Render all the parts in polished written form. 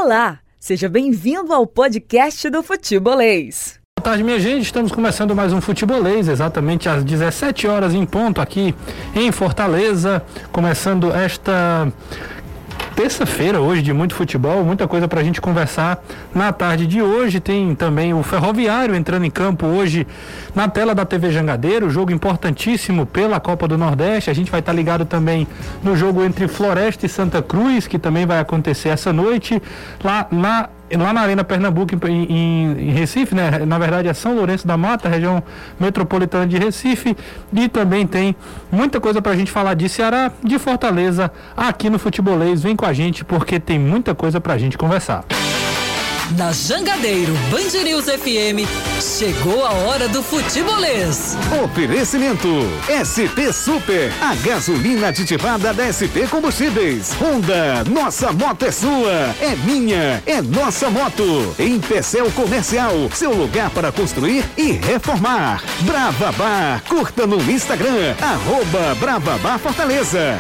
Olá, seja bem-vindo ao podcast do Futebolês. Boa tarde, minha gente, estamos começando mais um Futebolês, exatamente às 17 horas em ponto aqui em Fortaleza, começando esta terça-feira hoje de muito futebol, muita coisa pra gente conversar na tarde de hoje. Tem também o Ferroviário entrando em campo hoje na tela da TV Jangadeiro, jogo importantíssimo pela Copa do Nordeste. A gente vai estar ligado também no jogo entre Floresta e Santa Cruz, que também vai acontecer essa noite lá na Arena Pernambuco, em Recife, né? Na verdade é São Lourenço da Mata, região metropolitana de Recife. E também tem muita coisa pra gente falar de Ceará, de Fortaleza, aqui no Futebolês. Vem com a gente porque tem muita coisa pra gente conversar. Na Jangadeiro Band News FM, chegou a hora do Futebolês. Oferecimento SP Super, a gasolina aditivada da SP Combustíveis. Honda, nossa moto é sua, é minha, é nossa moto. Em Pecel Comercial, seu lugar para construir e reformar. Brava Bar, curta no Instagram, @Brava Fortaleza.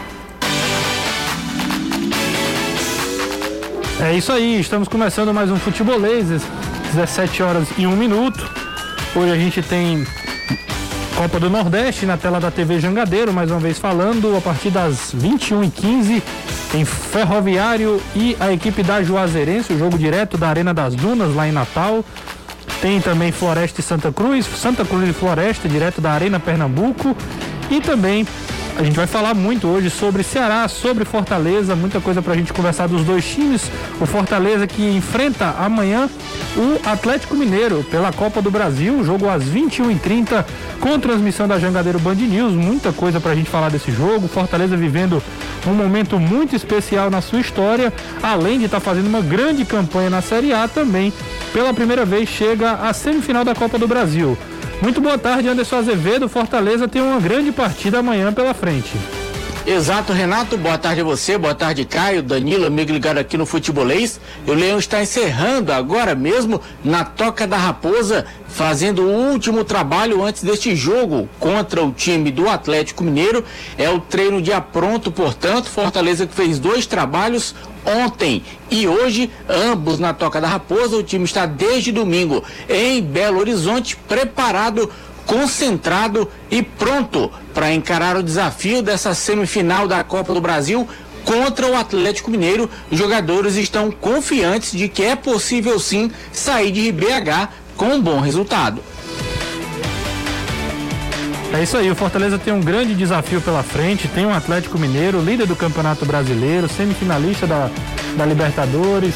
É isso aí, estamos começando mais um Futebolês, 17 horas e 1 minuto. Hoje a gente tem Copa do Nordeste na tela da TV Jangadeiro, mais uma vez falando, a partir das 21h15 tem Ferroviário e a equipe da Juazeirense, o jogo direto da Arena das Dunas, lá em Natal. Tem também Floresta e Santa Cruz e Floresta, direto da Arena Pernambuco. E também a gente vai falar muito hoje sobre Ceará, sobre Fortaleza, muita coisa pra gente conversar dos dois times. O Fortaleza que enfrenta amanhã o Atlético Mineiro pela Copa do Brasil, jogo às 21h30 com transmissão da Jangadeiro Band News. Muita coisa pra gente falar desse jogo. Fortaleza vivendo um momento muito especial na sua história, além de estar fazendo uma grande campanha na Série A também. Pela primeira vez chega à semifinal da Copa do Brasil. Muito boa tarde, Anderson Azevedo. Fortaleza tem uma grande partida amanhã pela frente. Exato, Renato. Boa tarde a você, boa tarde, Caio, Danilo, amigo ligado aqui no Futebolês. O Leão está encerrando agora mesmo na Toca da Raposa, fazendo o último trabalho antes deste jogo contra o time do Atlético Mineiro. É o treino dia pronto, portanto, Fortaleza que fez 2 trabalhos ontem e hoje, ambos na Toca da Raposa. O time está desde domingo em Belo Horizonte, preparado, concentrado e pronto para encarar o desafio dessa semifinal da Copa do Brasil contra o Atlético Mineiro. Os jogadores estão confiantes de que é possível sim sair de BH com um bom resultado. É isso aí, o Fortaleza tem um grande desafio pela frente. Tem um Atlético Mineiro, líder do Campeonato Brasileiro, semifinalista da Libertadores,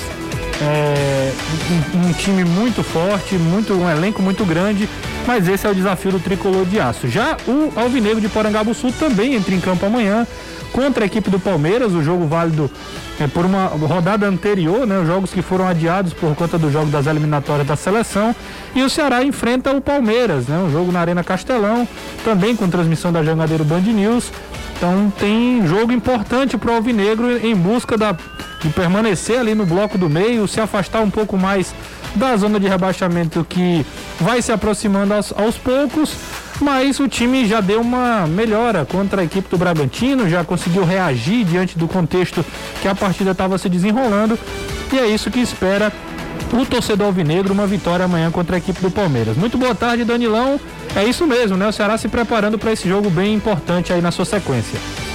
um time muito forte, um elenco muito grande, mas esse é o desafio do Tricolor de Aço. Já o Alvinegro de Porangabuçu também entra em campo amanhã contra a equipe do Palmeiras, o jogo válido por uma rodada anterior, né, os jogos que foram adiados por conta do jogo das eliminatórias da seleção. E o Ceará enfrenta o Palmeiras, né, um jogo na Arena Castelão, também com transmissão da Jangadeiro Band News. Então tem jogo importante para o Alvinegro em busca de permanecer ali no bloco do meio, se afastar um pouco mais da zona de rebaixamento que vai se aproximando aos poucos. Mas o time já deu uma melhora contra a equipe do Bragantino, já conseguiu reagir diante do contexto que a partida estava se desenrolando, e é isso que espera o torcedor alvinegro, uma vitória amanhã contra a equipe do Palmeiras. Muito boa tarde, Danilão. É isso mesmo, né? O Ceará se preparando para esse jogo bem importante aí na sua sequência.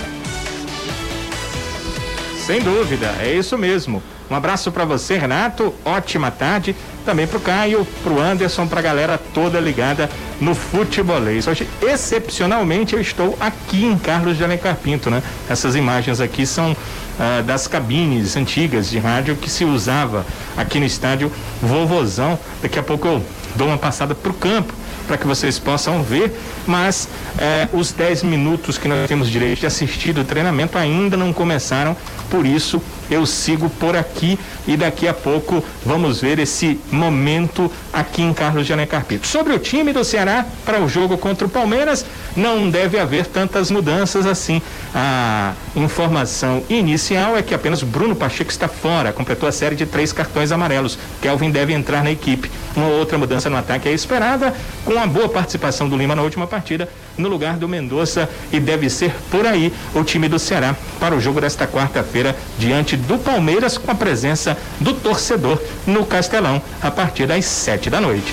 Sem dúvida, é isso mesmo. Um abraço para você, Renato, ótima tarde, também pro Caio, pro Anderson, pra galera toda ligada no Futebolês. Hoje, excepcionalmente, eu estou aqui em Carlos de Alencar Pinto, né? Essas imagens aqui são das cabines antigas de rádio que se usava aqui no estádio Vovozão. Daqui a pouco eu dou uma passada pro campo para que vocês possam ver, mas os 10 minutos que nós temos direito de assistir do treinamento ainda não começaram, por isso eu sigo por aqui e daqui a pouco vamos ver esse momento aqui em Carlos de Alencar Pinto. Sobre o time do Ceará para o jogo contra o Palmeiras, não deve haver tantas mudanças assim. A informação inicial é que apenas Bruno Pacheco está fora, completou a série de 3 cartões amarelos. Kelvin deve entrar na equipe. Uma outra mudança no ataque é esperada, com a boa participação do Lima na última partida, no lugar do Mendonça, e deve ser por aí o time do Ceará para o jogo desta quarta-feira diante diante do Palmeiras, com a presença do torcedor no Castelão, a partir das 7 da noite.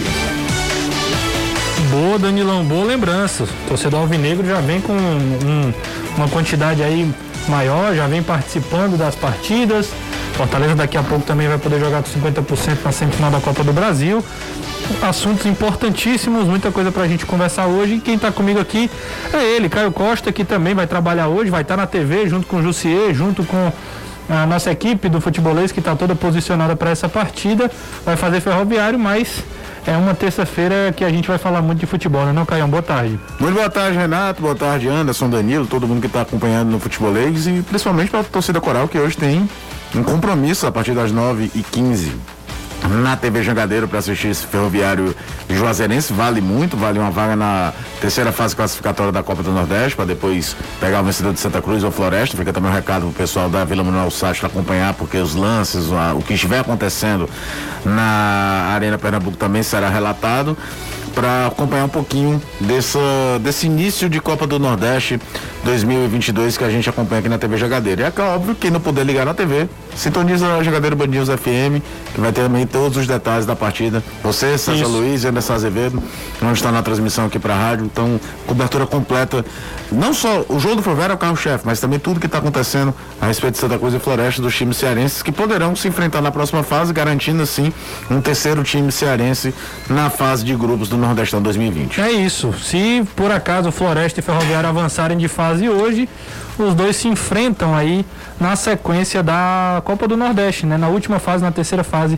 Boa, Danilão, boa lembrança. O torcedor alvinegro já vem com uma quantidade aí maior, já vem participando das partidas. Fortaleza daqui a pouco também vai poder jogar com 50% na semifinal da Copa do Brasil. Assuntos importantíssimos, muita coisa pra gente conversar hoje. E quem tá comigo aqui é ele, Caio Costa, que também vai trabalhar hoje, vai estar na TV junto com o Jussier, junto com a nossa equipe do futebolês, que está toda posicionada para essa partida. Vai fazer Ferroviário, mas é uma terça-feira que a gente vai falar muito de futebol, né, não, Caião? Boa tarde. Muito boa tarde, Renato. Boa tarde, Anderson, Danilo, todo mundo que está acompanhando no futebolês e principalmente para a torcida coral, que hoje tem um compromisso a partir das 9h15 na TV Jangadeiro para assistir esse Ferroviário Juazeirense. Vale muito, vale uma vaga na terceira fase classificatória da Copa do Nordeste, para depois pegar o vencedor de Santa Cruz ou Floresta. Fica também um recado pro pessoal da Vila Manuel Sá acompanhar, porque os lances, o que estiver acontecendo na Arena Pernambuco também será relatado, para acompanhar um pouquinho desse início de Copa do Nordeste 2022 que a gente acompanha aqui na TV Jangadeiro. E é óbvio, quem não puder ligar na TV, sintoniza a Jangadeiro Band News FM, que vai ter também todos os detalhes da partida. Você, César Luiz e Anderson Azevedo vão estar na transmissão aqui para a rádio. Então, cobertura completa. Não só o jogo do Ferroviário é o carro-chefe, mas também tudo que está acontecendo a respeito de Santa Cruz e Floresta, dos times cearenses que poderão se enfrentar na próxima fase, garantindo assim um terceiro time cearense na fase de grupos do Nordestão 2020. É isso. Se por acaso Floresta e Ferroviário avançarem de fase hoje, os dois se enfrentam aí na sequência da Copa do Nordeste, né? Na última fase, na terceira fase,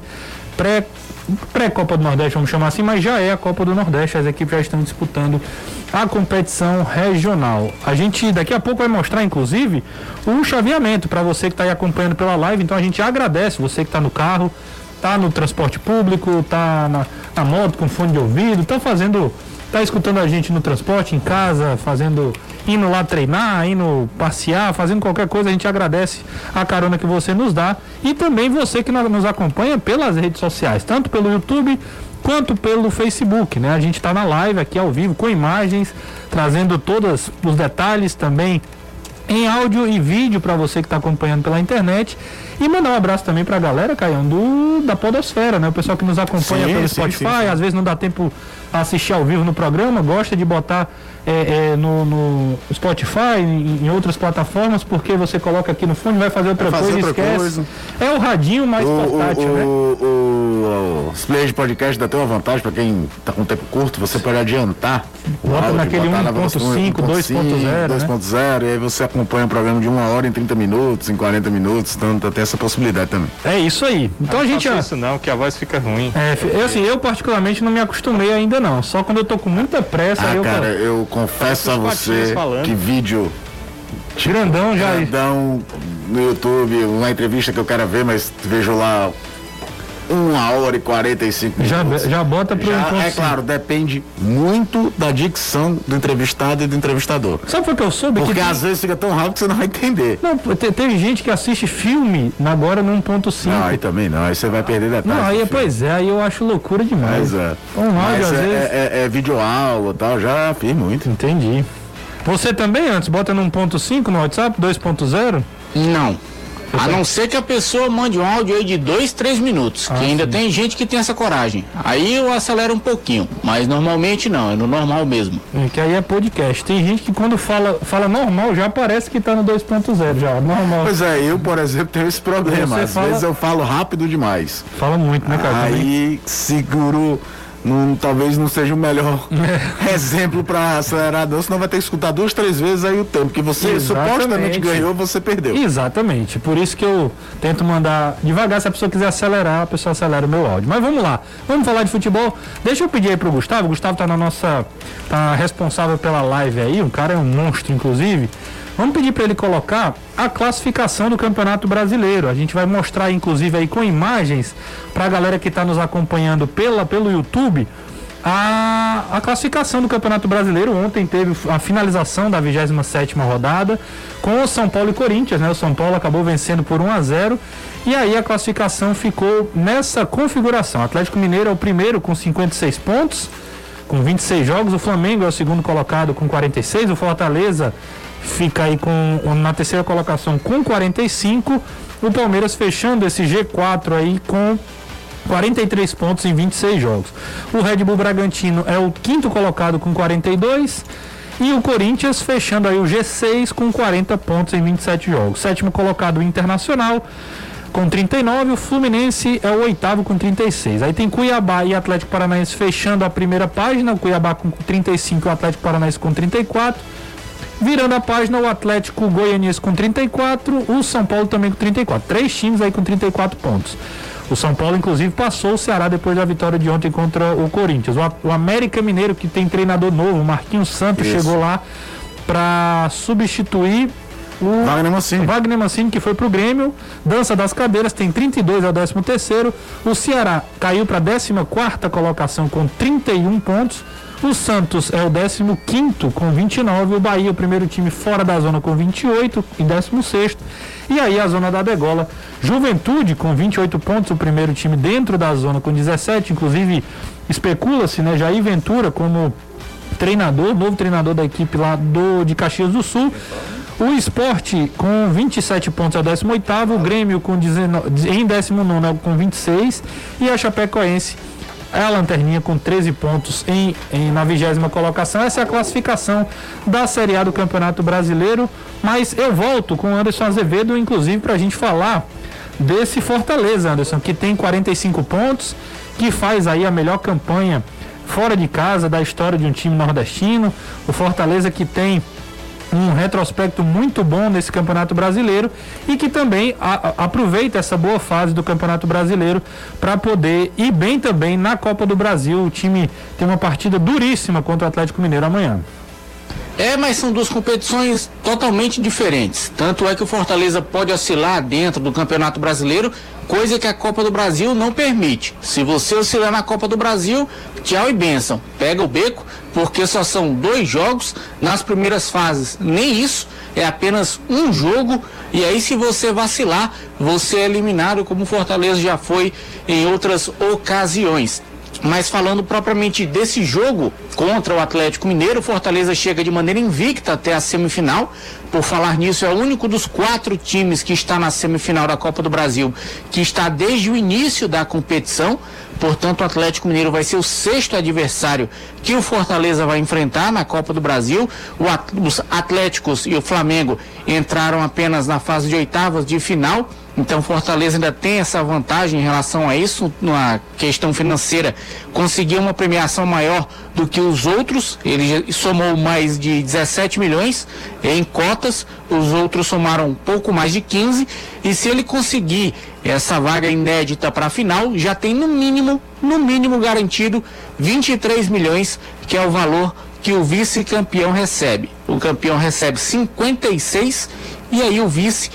pré-Copa do Nordeste, vamos chamar assim, mas já é a Copa do Nordeste. As equipes já estão disputando a competição regional. A gente daqui a pouco vai mostrar, inclusive, o chaveamento para você que está aí acompanhando pela live. Então a gente agradece você que está no carro, tá no transporte público, tá na moto com fone de ouvido, tá escutando a gente no transporte, em casa, indo lá treinar, indo passear, fazendo qualquer coisa. A gente agradece a carona que você nos dá e também você que nos acompanha pelas redes sociais, tanto pelo YouTube quanto pelo Facebook, né? A gente está na live aqui ao vivo com imagens, trazendo todos os detalhes também em áudio e vídeo para você que está acompanhando pela internet. E mandar um abraço também para a galera, Caião, da Podosfera, né? O pessoal que nos acompanha pelo Spotify, às vezes não dá tempo a assistir ao vivo no programa, gosta de botar no Spotify, em outras plataformas, porque você coloca aqui no fone, vai fazer outra coisa e esquece. É o radinho mais portátil, né? Os players de podcast dá até uma vantagem para quem está com tempo curto, você pode adiantar. Bota naquele 1.5, 2.0, e aí você acompanha o programa de 1 hora em 30 minutos, em 40 minutos, então tem essa possibilidade também. É isso aí. Então a gente... Não faça isso não, que a voz fica ruim. Eu particularmente não me acostumei ainda não, só quando eu tô com muita pressa. Eu confesso a você que vídeo grandão no YouTube, uma entrevista que eu quero ver, mas vejo lá 1 hora e 45 minutos. Já bota pro É claro, depende muito da dicção do entrevistado e do entrevistador. Sabe por que eu soube? Porque às vezes fica tão rápido que você não vai entender. Não, teve gente que assiste filme agora no 1.5. Não, aí também não, aí você vai perder detalhes. Não, aí eu acho loucura demais. Mas é videoaula e tal, já fiz muito. Entendi. Você também, antes, bota no 1.5 no WhatsApp, 2.0? Não. A não ser que a pessoa mande um áudio aí de 2-3 minutos, que ainda tem gente que tem essa coragem. Aí eu acelero um pouquinho, mas normalmente não, é no normal mesmo. Que aí é podcast. Tem gente que quando fala normal já parece que tá no 2.0 já, normal. Pois é, eu, por exemplo, tenho esse problema. Às vezes eu falo rápido demais. Fala muito, né, cara? Aí seguro... talvez não seja o melhor exemplo para acelerador, senão vai ter que escutar 2, 3 vezes aí o tempo que você supostamente ganhou, você perdeu. Exatamente, por isso que eu tento mandar devagar. Se a pessoa quiser acelerar, a pessoa acelera o meu áudio. Mas vamos lá, vamos falar de futebol. Deixa eu pedir aí pro Gustavo. O Gustavo tá responsável pela live aí, o cara é um monstro, inclusive. Vamos pedir para ele colocar a classificação do Campeonato Brasileiro. A gente vai mostrar, inclusive, aí com imagens para a galera que está nos acompanhando pelo YouTube a classificação do Campeonato Brasileiro. Ontem teve a finalização da 27ª rodada com o São Paulo e Corinthians, né? O São Paulo acabou vencendo por 1-0 e aí a classificação ficou nessa configuração. O Atlético Mineiro é o primeiro com 56 pontos, com 26 jogos. O Flamengo é o segundo colocado com 46. O Fortaleza fica aí na terceira colocação com 45. O Palmeiras fechando esse G4 aí com 43 pontos em 26 jogos. O Red Bull Bragantino é o quinto colocado com 42. E o Corinthians fechando aí o G6 com 40 pontos em 27 jogos. Sétimo colocado o Internacional com 39, o Fluminense é o oitavo com 36. Aí tem Cuiabá e Atlético Paranaense fechando a primeira página, o Cuiabá com 35 e o Atlético Paranaense com 34. Virando a página, o Atlético Goianiense com 34, o São Paulo também com 34. 3 times aí com 34 pontos. O São Paulo, inclusive, passou o Ceará depois da vitória de ontem contra o Corinthians. O América Mineiro, que tem treinador novo, o Marquinhos Santos, chegou lá para substituir o Wagner Mancini, que foi pro Grêmio. Dança das cadeiras, tem 32 ao 13º. O Ceará caiu para a 14ª colocação com 31 pontos. O Santos é o 15º com 29, o Bahia, o primeiro time fora da zona, com 28 em 16º. E aí a zona da degola, Juventude com 28 pontos, o primeiro time dentro da zona com 17, inclusive especula-se, né, Jair Ventura como treinador, novo treinador da equipe lá de Caxias do Sul. O Sport com 27 pontos é o 18º, o Grêmio com 19, em 19º com 26 e a Chapecoense é a lanterninha com 13 pontos na 20ª colocação. Essa é a classificação da Série A do Campeonato Brasileiro. Mas eu volto com o Anderson Azevedo, inclusive, para a gente falar desse Fortaleza, Anderson, que tem 45 pontos, que faz aí a melhor campanha fora de casa da história de um time nordestino. O Fortaleza que tem um retrospecto muito bom nesse Campeonato Brasileiro e que também aproveita essa boa fase do Campeonato Brasileiro para poder ir bem também na Copa do Brasil. O time tem uma partida duríssima contra o Atlético Mineiro amanhã. Mas são duas competições totalmente diferentes. Tanto é que o Fortaleza pode oscilar dentro do Campeonato Brasileiro, coisa que a Copa do Brasil não permite. Se você oscilar na Copa do Brasil, tchau e bênção. Pega o beco, porque só são 2 jogos nas primeiras fases. Nem isso, é apenas um jogo. E aí, se você vacilar, você é eliminado, como o Fortaleza já foi em outras ocasiões. Mas falando propriamente desse jogo contra o Atlético Mineiro, o Fortaleza chega de maneira invicta até a semifinal. Por falar nisso, é o único dos 4 times que está na semifinal da Copa do Brasil que está desde o início da competição. Portanto, o Atlético Mineiro vai ser o 6º adversário que o Fortaleza vai enfrentar na Copa do Brasil. Os Atléticos e o Flamengo entraram apenas na fase de oitavas de final. Então, Fortaleza ainda tem essa vantagem em relação a isso, na questão financeira, conseguiu uma premiação maior do que os outros. Ele somou mais de 17 milhões em cotas, os outros somaram um pouco mais de 15, e se ele conseguir essa vaga inédita para a final, já tem no mínimo garantido 23 milhões, que é o valor que o vice-campeão recebe. O campeão recebe 56 e aí o vice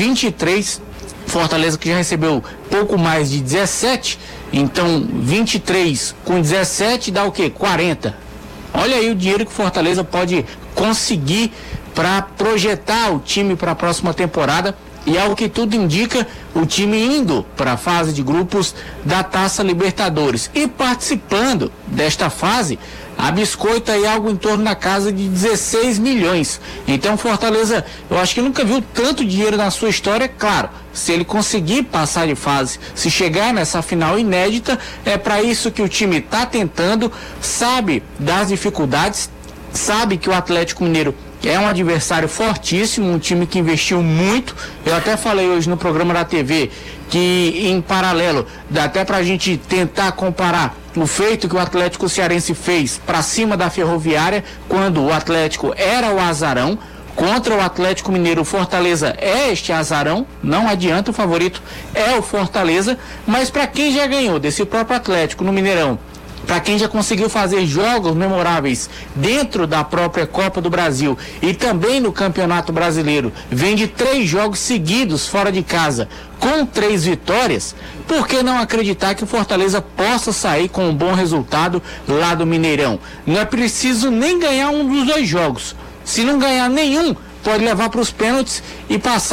23. Fortaleza que já recebeu pouco mais de 17, então 23 com 17 dá o quê? 40. Olha aí o dinheiro que o Fortaleza pode conseguir para projetar o time para a próxima temporada. E ao que tudo indica, o time indo para a fase de grupos da Taça Libertadores e participando desta fase, a biscoita aí algo em torno da casa de 16 milhões. Então Fortaleza, eu acho que nunca viu tanto dinheiro na sua história. Claro, se ele conseguir passar de fase, se chegar nessa final inédita, é para isso que o time está tentando, sabe das dificuldades, sabe que o Atlético Mineiro é um adversário fortíssimo, um time que investiu muito. Eu até falei hoje no programa da TV que, em paralelo, dá até pra gente tentar comparar o feito que o Atlético Cearense fez para cima da Ferroviária, quando o Atlético era o azarão. Contra o Atlético Mineiro, o Fortaleza é este azarão, não adianta, o favorito é o Fortaleza. Mas para quem já ganhou desse próprio Atlético no Mineirão, para quem já conseguiu fazer jogos memoráveis dentro da própria Copa do Brasil e também no Campeonato Brasileiro, vem de 3 jogos seguidos fora de casa com 3 vitórias, por que não acreditar que o Fortaleza possa sair com um bom resultado lá do Mineirão? Não é preciso nem ganhar um dos 2 jogos. Se não ganhar nenhum, pode levar para os pênaltis e passar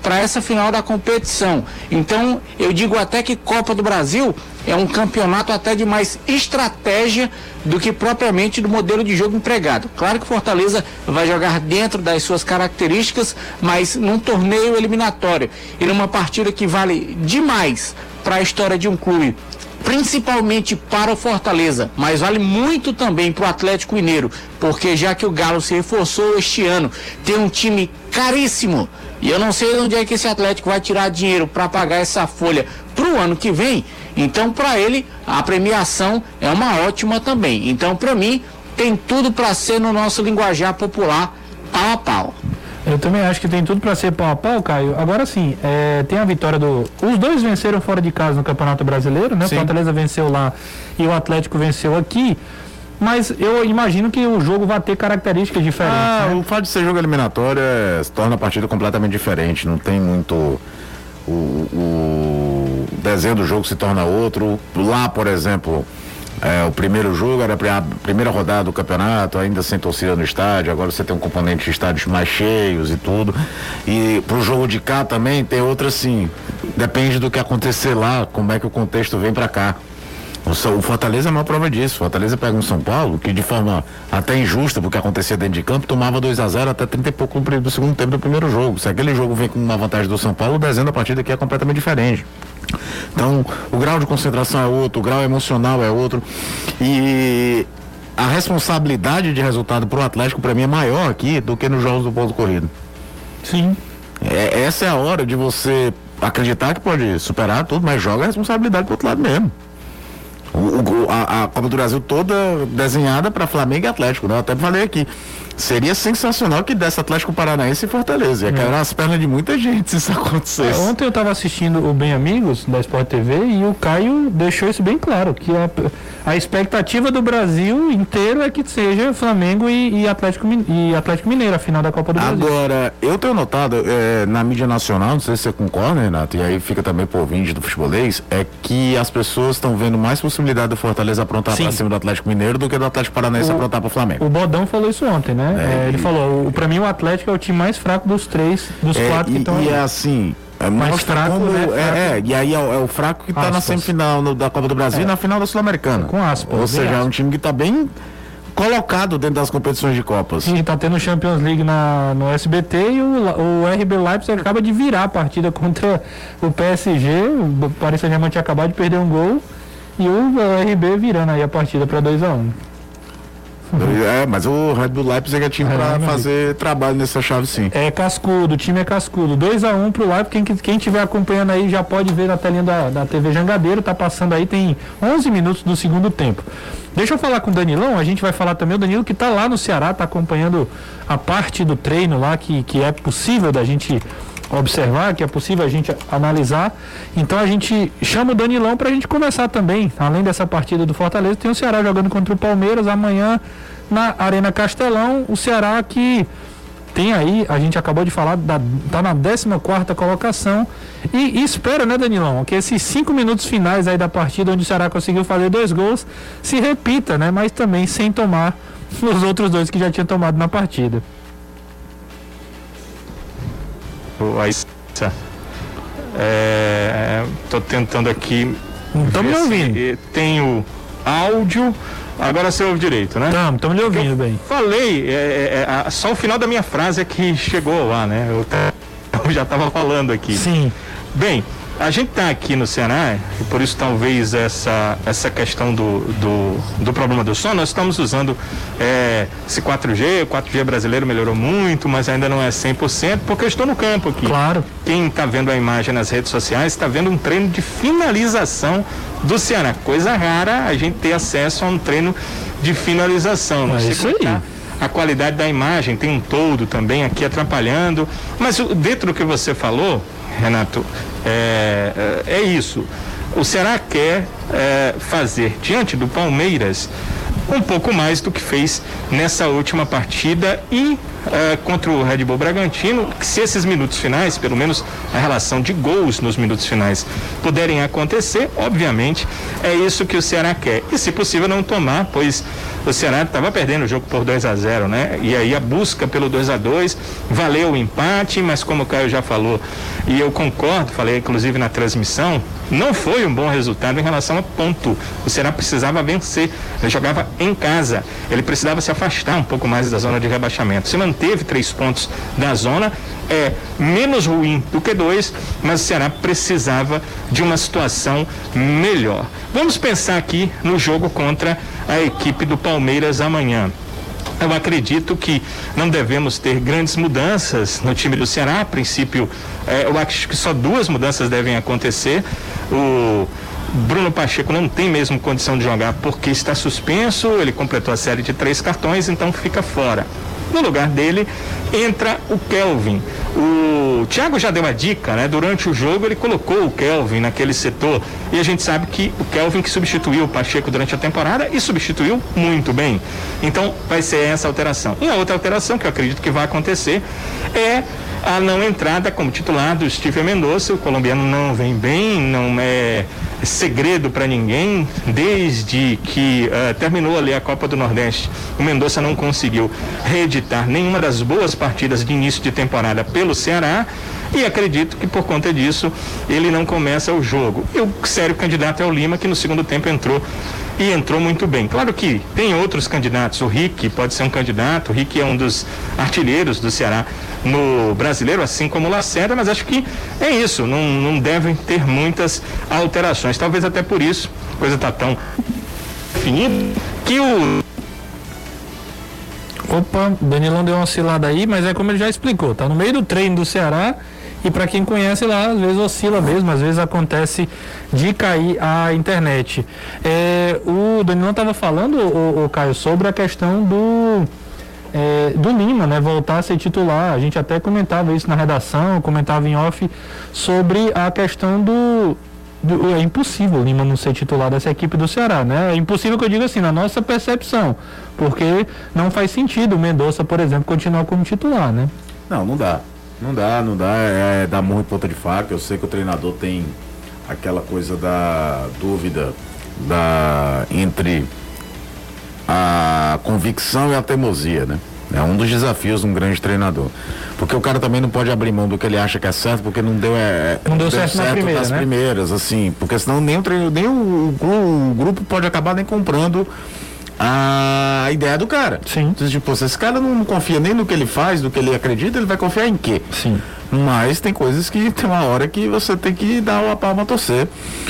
para essa final da competição. Então, eu digo até que Copa do Brasil é um campeonato até de mais estratégia do que propriamente do modelo de jogo empregado. Claro que Fortaleza vai jogar dentro das suas características, mas num torneio eliminatório e numa partida que vale demais para a história de um clube, principalmente para o Fortaleza, mas vale muito também para o Atlético Mineiro, porque já que o Galo se reforçou este ano, tem um time caríssimo, e eu não sei de onde é que esse Atlético vai tirar dinheiro para pagar essa folha para o ano que vem. Então, para ele, a premiação é uma ótima também. Então, para mim, tem tudo para ser, no nosso linguajar popular, pau a pau. Eu também acho que tem tudo para ser pau a pau, Caio. Agora sim, tem a vitória os dois venceram fora de casa no Campeonato Brasileiro, né? Sim. O Fortaleza venceu lá e o Atlético venceu aqui. Mas eu imagino que o jogo vai ter características diferentes. Né? O fato de ser jogo eliminatório se torna a partida completamente diferente. Não tem muito... O desenho do jogo se torna outro. Lá, por exemplo... o primeiro jogo era a primeira rodada do campeonato, ainda sem torcida no estádio. Agora você tem um componente de estádios mais cheios e tudo. E pro jogo de cá também tem outra, assim, depende do que acontecer lá, como é que o contexto vem para cá. O Fortaleza é uma prova disso. O Fortaleza pega um São Paulo que, de forma até injusta, porque acontecia dentro de campo, tomava 2-0 até 30 e pouco do segundo tempo do primeiro jogo. Se aquele jogo vem com uma vantagem do São Paulo, o desenho da partida aqui é completamente diferente. Então, o grau de concentração é outro, o grau emocional é outro, e a responsabilidade de resultado para o Atlético, para mim, é maior aqui do que nos jogos do ponto corrido. Sim. Essa é a hora de você acreditar que pode superar tudo, mas joga a responsabilidade pro outro lado mesmo. A Copa do Brasil toda desenhada para Flamengo e Atlético, né? Eu até falei aqui, seria sensacional que desse Atlético Paranaense e Fortaleza, ia cair nas pernas de muita gente se isso acontecesse. Ontem eu estava assistindo o Bem Amigos da Sport TV e o Caio deixou isso bem claro, que a expectativa do Brasil inteiro é que seja Flamengo e Atlético Mineiro, a final da Copa do Brasil. Agora, eu tenho notado na mídia nacional, não sei se você concorda, Renato, e aí fica também por ouvinte do futebolês, é que as pessoas estão vendo mais possibilidade do Fortaleza aprontar para cima do Atlético Mineiro do que do Atlético Paranaense aprontar para o Flamengo. O Bodão falou isso ontem, né? Ele falou, para mim o Atlético é o time mais fraco dos quatro que estão. E é assim, mais fraco, como, né? E aí é o fraco que está na semifinal da Copa do Brasil e na final da Sul-Americana. Com aspas. Ou seja, é um time que está bem colocado dentro das competições de Copas. Sim, está tendo Champions League no SBT e o RB Leipzig acaba de virar a partida contra o PSG. O Paris Saint-Germain tinha acabado de perder um gol e o RB virando aí a partida para 2-1. Mas o Red Bull Leipzig é time para fazer trabalho nessa chave, sim. É cascudo, o time é cascudo. 2-1 pro Leipzig. Quem estiver acompanhando aí já pode ver na telinha da TV Jangadeiro, tá passando aí, tem 11 minutos do segundo tempo. Deixa eu falar com o Danilão, a gente vai falar também, o Danilo que tá lá no Ceará, tá acompanhando a parte do treino lá, que é possível da gente observar, que é possível a gente analisar. Então a gente chama o Danilão pra gente conversar também. Além dessa partida do Fortaleza, tem o Ceará jogando contra o Palmeiras amanhã na Arena Castelão. O Ceará que tem aí, a gente acabou de falar, tá na 14ª colocação e espera, né, Danilão, que esses 5 minutos finais aí da partida, onde o Ceará conseguiu fazer 2 gols, se repita, né, mas também sem tomar os outros 2 que já tinha tomado na partida. Tô tentando aqui. Estamos me ouvindo. Tenho áudio. Agora você ouve direito, né? Estamos lhe ouvindo bem. Falei, só o final da minha frase é que chegou lá, né? Eu já estava falando aqui. Sim. Bem, a gente está aqui no Ceará, e por isso talvez essa questão do problema do som, nós estamos usando esse 4G, o 4G brasileiro melhorou muito, mas ainda não é 100%, porque eu estou no campo aqui. Claro. Quem está vendo a imagem nas redes sociais está vendo um treino de finalização do Ceará. Coisa rara a gente ter acesso a um treino de finalização. Não sei isso aí. A qualidade da imagem, tem um todo também aqui atrapalhando, mas dentro do que você falou, Renato, é isso. O Ceará quer fazer diante do Palmeiras um pouco mais do que fez nessa última partida e contra o Red Bull Bragantino, que se esses minutos finais, pelo menos a relação de gols nos minutos finais, puderem acontecer, obviamente é isso que o Ceará quer. E se possível não tomar, pois o Ceará estava perdendo o jogo por 2-0, né? E aí a busca pelo 2-2 valeu o empate, mas como o Caio já falou, e eu concordo, falei inclusive na transmissão, não foi um bom resultado em relação a ponto. O Ceará precisava vencer, ele jogava em casa, ele precisava se afastar um pouco mais da zona de rebaixamento. Se manteve 3 pontos da zona, é menos ruim do que 2, mas o Ceará precisava de uma situação melhor. Vamos pensar aqui no jogo contra a equipe do Palmeiras amanhã. Eu acredito que não devemos ter grandes mudanças no time do Ceará. A princípio, eu acho que só 2 mudanças devem acontecer. O Bruno Pacheco não tem mesmo condição de jogar porque está suspenso, ele completou a série de 3 cartões, então fica fora. No lugar dele entra o Kelvin. O Thiago já deu a dica, né? Durante o jogo ele colocou o Kelvin naquele setor e a gente sabe que o Kelvin que substituiu o Pacheco durante a temporada e substituiu muito bem. Então vai ser essa alteração. E a outra alteração que eu acredito que vai acontecer é a não entrada como titular do Steven Mendonça. O colombiano não vem bem, não é segredo para ninguém, desde que terminou ali a Copa do Nordeste, o Mendonça não conseguiu reeditar nenhuma das boas partidas de início de temporada pelo Ceará e acredito que por conta disso ele não começa o jogo. E o sério candidato é o Lima, que no segundo tempo entrou muito bem. Claro que tem outros candidatos, o Rick pode ser um candidato, o Rick é um dos artilheiros do Ceará no Brasileiro, assim como o Lacerda, mas acho que é isso, não devem ter muitas alterações, talvez até por isso, a coisa está tão definida que o... Opa, o Danilão deu uma oscilada aí, mas é como ele já explicou, tá no meio do treino do Ceará. E para quem conhece lá, às vezes oscila mesmo, às vezes acontece de cair a internet. O Danilão estava falando, o Caio, sobre a questão do Lima, né, voltar a ser titular. A gente até comentava isso na redação, comentava em off sobre a questão é impossível o Lima não ser titular dessa equipe do Ceará, né? É impossível que eu diga assim, na nossa percepção, porque não faz sentido o Mendonça, por exemplo, continuar como titular, né? Não dá. Não dá, dar murro em ponta de faca. Eu sei que o treinador tem aquela coisa da dúvida entre a convicção e a teimosia, né? É um dos desafios de um grande treinador. Porque o cara também não pode abrir mão do que ele acha que é certo, porque não deu certo na primeira, nas né? primeiras, assim, porque senão nem o grupo pode acabar nem comprando a ideia do cara. Sim. Então, tipo, se esse cara não confia nem no que ele faz, no que ele acredita, ele vai confiar em quê? Sim. Mas tem coisas que tem uma hora que você tem que dar uma palma a torcer.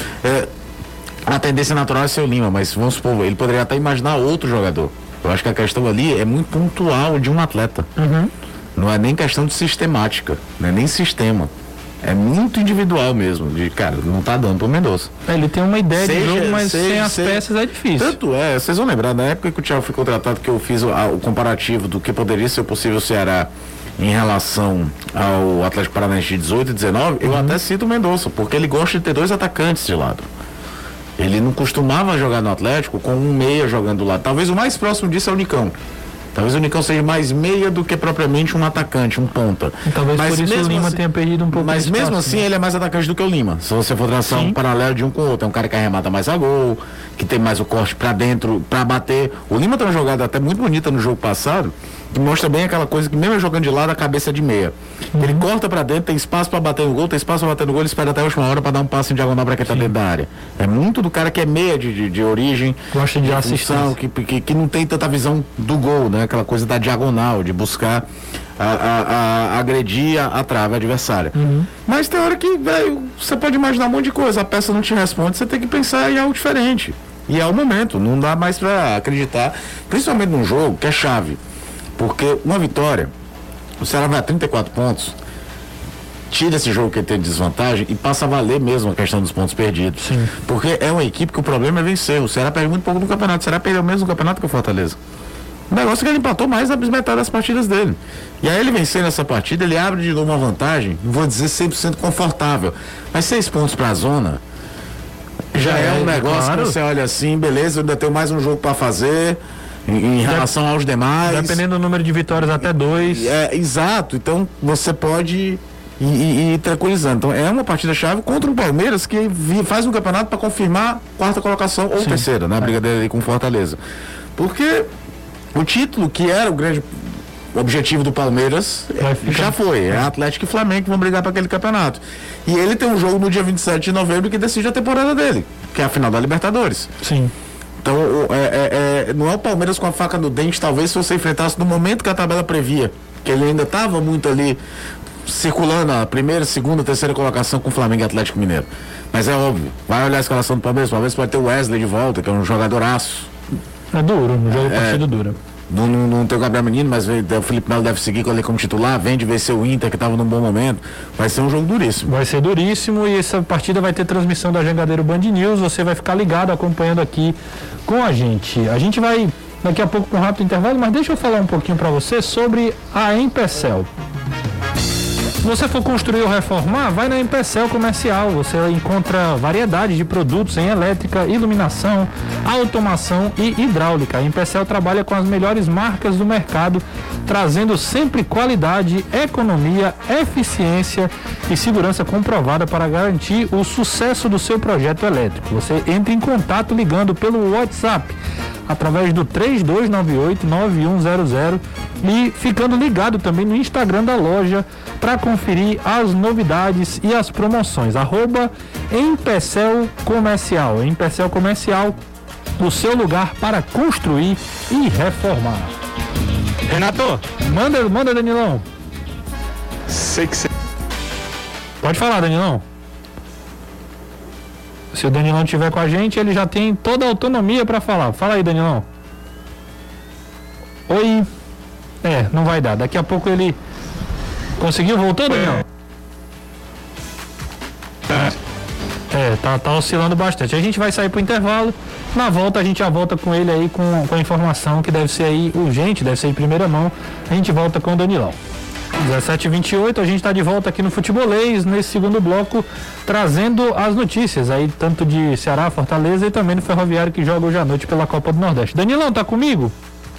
A tendência natural é ser o Lima, mas vamos supor, ele poderia até imaginar outro jogador. Eu acho que a questão ali é muito pontual de um atleta. Uhum. Não é nem questão de sistemática, não é nem sistema. É muito individual mesmo, de cara, não tá dando pro Mendonça. Ele tem uma ideia de jogo, mas sem as peças é difícil. Tanto vocês vão lembrar, na época que o Thiago foi contratado, que eu fiz o comparativo do que poderia ser o possível Ceará em relação ao Atlético Paranaense de 18 e 19, eu até cito o Mendonça, porque ele gosta de ter 2 atacantes de lado. Ele não costumava jogar no Atlético com um meia jogando do lado. Talvez o mais próximo disso é o Nicão. Talvez o Nicão seja mais meia do que propriamente um atacante, um ponta. E talvez por isso o Lima tenha perdido um pouco. Mas mesmo assim, ele é mais atacante do que o Lima. Se você for traçar um paralelo de um com o outro, é um cara que arremata mais a gol, que tem mais o corte pra dentro, pra bater. O Lima tem uma jogada até muito bonita no jogo passado, que mostra bem aquela coisa que mesmo jogando de lado, a cabeça é de meia. Ele corta pra dentro, tem espaço pra bater no gol, tem espaço pra bater no gol, ele espera até a última hora pra dar um passe em diagonal pra quem tá dentro da área. É muito do cara que é meia de origem, gosta de função, que não tem tanta visão do gol, né? Aquela coisa da diagonal, de buscar agredir a trave adversária. Mas tem hora que, velho, você pode imaginar um monte de coisa, a peça não te responde, você tem que pensar em algo diferente. E é o momento, não dá mais pra acreditar, principalmente num jogo que é chave. Porque uma vitória, o Ceará vai a 34 pontos, tira esse jogo que ele tem de desvantagem e passa a valer mesmo a questão dos pontos perdidos. Sim. Porque é uma equipe que o problema é vencer. O Ceará perde muito pouco no campeonato. O Ceará perdeu mesmo no campeonato que o Fortaleza. O negócio é que ele empatou mais da metade das partidas dele. E aí ele vencendo essa partida, ele abre de novo uma vantagem, não vou dizer 100% confortável, mas 6 pontos para a zona já é um negócio, claro, que você olha assim, beleza, eu ainda tenho mais um jogo para fazer. em relação aos demais. Dependendo do número de vitórias, até 2. Exato, então você pode ir tranquilizando. Então é uma partida-chave contra o Palmeiras que faz um campeonato para confirmar quarta colocação ou terceira, na brigadeira aí com Fortaleza. Porque o título, que era o grande objetivo do Palmeiras, já foi. É Atlético e Flamengo que vão brigar para aquele campeonato. E ele tem um jogo no dia 27 de novembro que decide a temporada dele, que é a final da Libertadores. Sim. Então, não é o Palmeiras com a faca no dente, talvez, se você enfrentasse no momento que a tabela previa, que ele ainda estava muito ali circulando a primeira, segunda, terceira colocação com o Flamengo e Atlético Mineiro. Mas é óbvio, vai olhar a escalação do Palmeiras, o Palmeiras pode ter o Wesley de volta, que é um jogadoraço. É duro, no jogo partido dura. Não tem o Gabriel Menino, mas o Felipe Melo deve seguir com ele como titular, vem de vencer o Inter, que estava num bom momento. Vai ser um jogo duríssimo. Vai ser duríssimo e essa partida vai ter transmissão da Jangadeiro Band News. Você vai ficar ligado, acompanhando aqui com a gente. A gente vai daqui a pouco com um rápido intervalo, mas deixa eu falar um pouquinho para você sobre a Empecel. Se você for construir ou reformar, vai na Empecel Comercial. Você encontra variedade de produtos em elétrica, iluminação, automação e hidráulica. A Empecel trabalha com as melhores marcas do mercado, trazendo sempre qualidade, economia, eficiência e segurança comprovada para garantir o sucesso do seu projeto elétrico. Você entra em contato ligando pelo WhatsApp através do 3298-9100 e ficando ligado também no Instagram da loja para conferir as novidades e as promoções. @Empecel Comercial. Empecel Comercial, o seu lugar para construir e reformar. Renato, Manda, Danilão. sei que você... Pode falar, Danilão. Se o Danilão estiver com a gente, ele já tem toda a autonomia para falar. Fala aí, Danilão. Oi. Não vai dar. Daqui a pouco ele... Conseguiu? Voltou, Danilão? Tá oscilando bastante. A gente vai sair pro intervalo. Na volta, a gente já volta com ele aí com a informação que deve ser aí urgente, deve ser em primeira mão. A gente volta com o Danilão. 17h28, a gente está de volta aqui no Futebolês, nesse segundo bloco, trazendo as notícias aí, tanto de Ceará, Fortaleza e também do Ferroviário, que joga hoje à noite pela Copa do Nordeste. Danilão, tá comigo?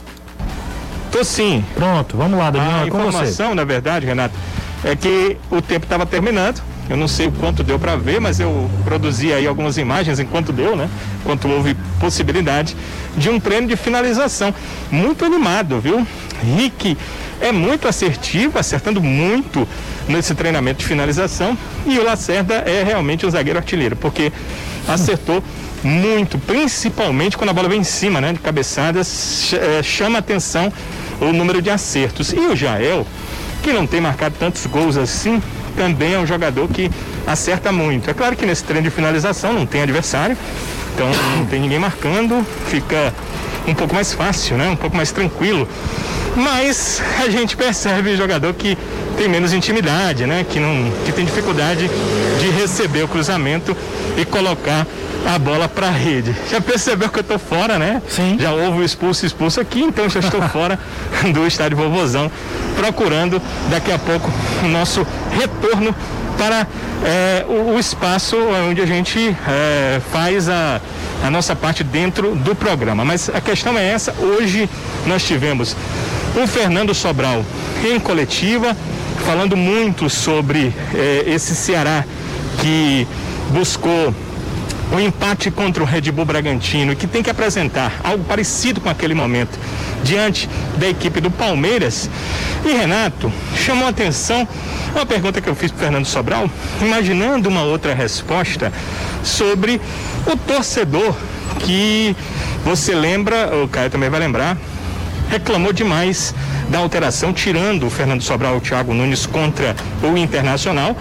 Tô sim. Pronto, vamos lá, Danilão, a é com você. A informação, na verdade, Renato, é que o tempo estava terminando. Eu não sei o quanto deu para ver, mas eu produzi aí algumas imagens enquanto deu, né? Enquanto houve possibilidade de um treino de finalização. Muito animado, viu? Rick é muito assertivo, acertando muito nesse treinamento de finalização. E o Lacerda é realmente um zagueiro artilheiro, porque acertou muito, principalmente quando a bola vem em cima, né? De cabeçadas, chama atenção o número de acertos. E o Jael, que não tem marcado tantos gols assim, também é um jogador que acerta muito. É claro que nesse treino de finalização não tem adversário, então não tem ninguém marcando, fica um pouco mais fácil, né? Um pouco mais tranquilo. Mas a gente percebe jogador que tem menos intimidade, né? Que tem dificuldade de receber o cruzamento e colocar a bola para a rede. Já percebeu que eu tô fora, né? Sim. Já houve o expulso aqui, então já estou fora do estádio Vovozão, procurando daqui a pouco o nosso retorno para o espaço onde a gente faz a nossa parte dentro do programa. Mas a questão é essa: hoje nós tivemos o Fernando Sobral em coletiva, falando muito sobre esse Ceará que buscou o empate contra o Red Bull Bragantino, que tem que apresentar algo parecido com aquele momento diante da equipe do Palmeiras. E Renato, chamou a atenção uma pergunta que eu fiz para o Fernando Sobral, imaginando uma outra resposta sobre o torcedor que, você lembra, o Caio também vai lembrar, reclamou demais da alteração, tirando o Fernando Sobral e o Thiago Nunes contra o Internacional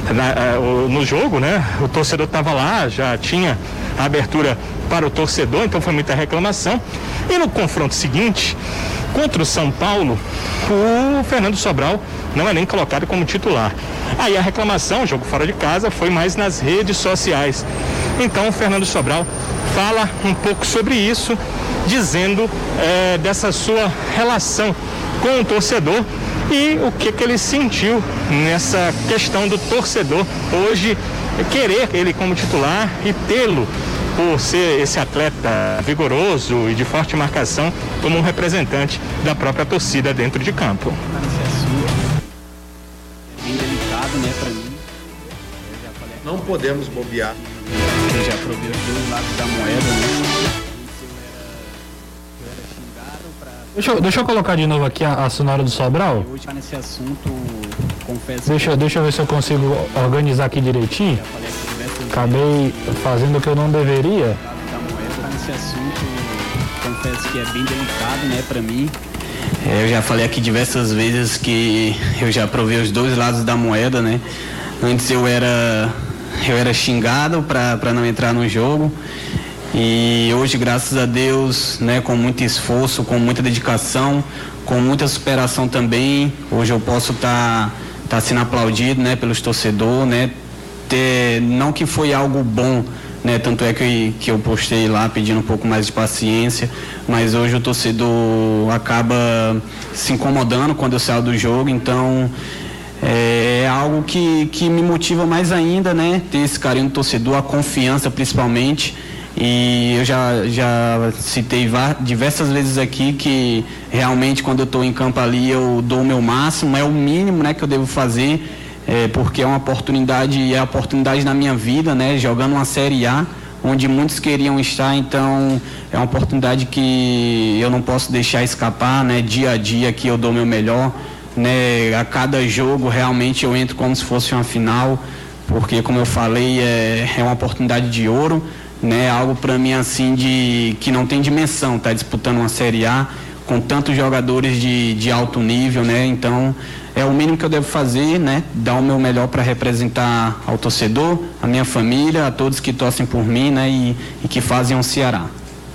no jogo, né? O torcedor estava lá, já tinha a abertura para o torcedor, então foi muita reclamação. E no confronto seguinte, contra o São Paulo, o Fernando Sobral não é nem colocado como titular. Aí a reclamação, jogo fora de casa, foi mais nas redes sociais. Então o Fernando Sobral fala um pouco sobre isso, dizendo dessa sua relação com o torcedor e o que ele sentiu nessa questão do torcedor hoje querer ele como titular e tê-lo por ser esse atleta vigoroso e de forte marcação como um representante da própria torcida dentro de campo. Bem delicado, né, pra mim. Não podemos bobear. Eu já provei os dois lados da moeda, né? Deixa eu colocar de novo aqui a sonora do Sobral. Hoje nesse assunto, confesso. Deixa eu ver se eu consigo organizar aqui direitinho. Acabei fazendo o que eu não deveria. Nesse assunto, confesso que é bem delicado, né, pra mim. Eu já falei aqui diversas vezes que eu já provei os dois lados da moeda, né? Antes eu era xingado para não entrar no jogo. E hoje, graças a Deus, né, com muito esforço, com muita dedicação, com muita superação também, hoje eu posso tá sendo aplaudido, né, pelos torcedores, né, não que foi algo bom, né, tanto é que eu postei lá pedindo um pouco mais de paciência, mas hoje o torcedor acaba se incomodando quando eu saio do jogo, então é algo que me motiva mais ainda, né, ter esse carinho do torcedor, a confiança principalmente. E eu já citei diversas vezes aqui que realmente quando eu estou em campo ali eu dou o meu máximo, é o mínimo, né, que eu devo fazer, porque é uma oportunidade, é a oportunidade na minha vida, né, jogando uma Série A, onde muitos queriam estar, então é uma oportunidade que eu não posso deixar escapar, né, dia a dia que eu dou o meu melhor, né, a cada jogo realmente eu entro como se fosse uma final, porque como eu falei, é uma oportunidade de ouro, né, algo para mim assim que não tem dimensão, tá disputando uma Série A com tantos jogadores de alto nível, né, então é o mínimo que eu devo fazer, né, dar o meu melhor para representar ao torcedor, a minha família, a todos que torcem por mim, né, e que fazem o Ceará.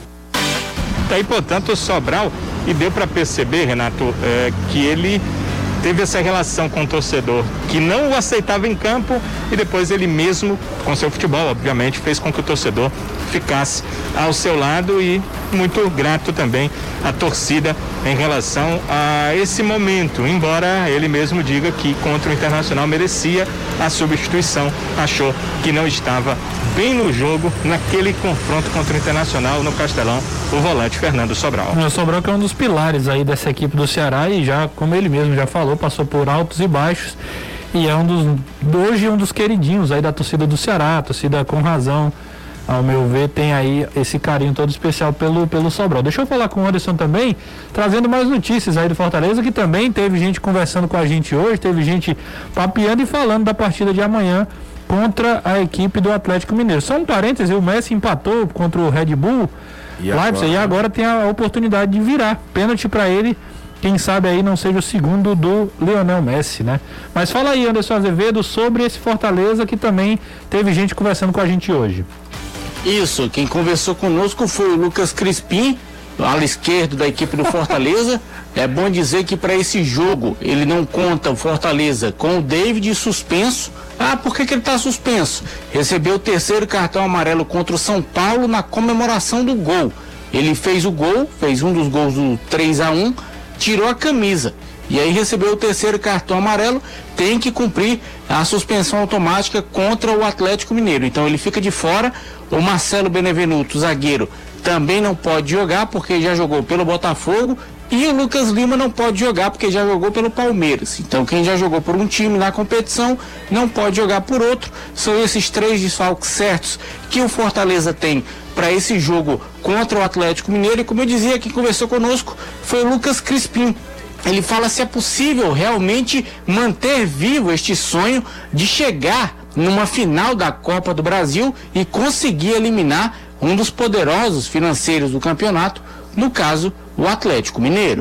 Tá aí, portanto, o Sobral, e deu para perceber, Renato, que ele teve essa relação com o torcedor que não o aceitava em campo e depois ele mesmo, com seu futebol, obviamente, fez com que o torcedor ficasse ao seu lado e muito grato também à torcida em relação a esse momento, embora ele mesmo diga que contra o Internacional merecia a substituição, achou que não estava bem no jogo naquele confronto contra o Internacional no Castelão, o volante Fernando Sobral. O Sobral que é um dos pilares aí dessa equipe do Ceará e já, como ele mesmo já falou, passou por altos e baixos e é hoje um dos queridinhos aí da torcida do Ceará, a torcida com razão, ao meu ver, tem aí esse carinho todo especial pelo Sobral. Deixa eu falar com o Anderson também, trazendo mais notícias aí do Fortaleza, que também teve gente conversando com a gente hoje, teve gente papeando e falando da partida de amanhã contra a equipe do Atlético Mineiro. Só um parênteses, o Messi empatou contra o Red Bull Leipzig e agora tem a oportunidade de virar pênalti para ele, quem sabe aí não seja o segundo do Lionel Messi, né? Mas fala aí, Anderson Azevedo, sobre esse Fortaleza que também teve gente conversando com a gente hoje. Isso, quem conversou conosco foi o Lucas Crispim, ala esquerdo da equipe do Fortaleza. É bom dizer que para esse jogo ele não conta o Fortaleza com o David suspenso. Por que ele está suspenso? Recebeu o terceiro cartão amarelo contra o São Paulo na comemoração do gol. Ele fez o gol, fez um dos gols do 3-1, tirou a camisa. E aí recebeu o terceiro cartão amarelo, tem que cumprir a suspensão automática contra o Atlético Mineiro. Então ele fica de fora. O Marcelo Benevenuto, zagueiro, também não pode jogar porque já jogou pelo Botafogo. E o Lucas Lima não pode jogar porque já jogou pelo Palmeiras. Então quem já jogou por um time na competição não pode jogar por outro. São esses três desfalques certos que o Fortaleza tem para esse jogo contra o Atlético Mineiro. E como eu dizia, quem conversou conosco foi o Lucas Crispim. Ele fala se é possível realmente manter vivo este sonho de chegar numa final da Copa do Brasil e conseguir eliminar um dos poderosos financeiros do campeonato, no caso, o Atlético Mineiro.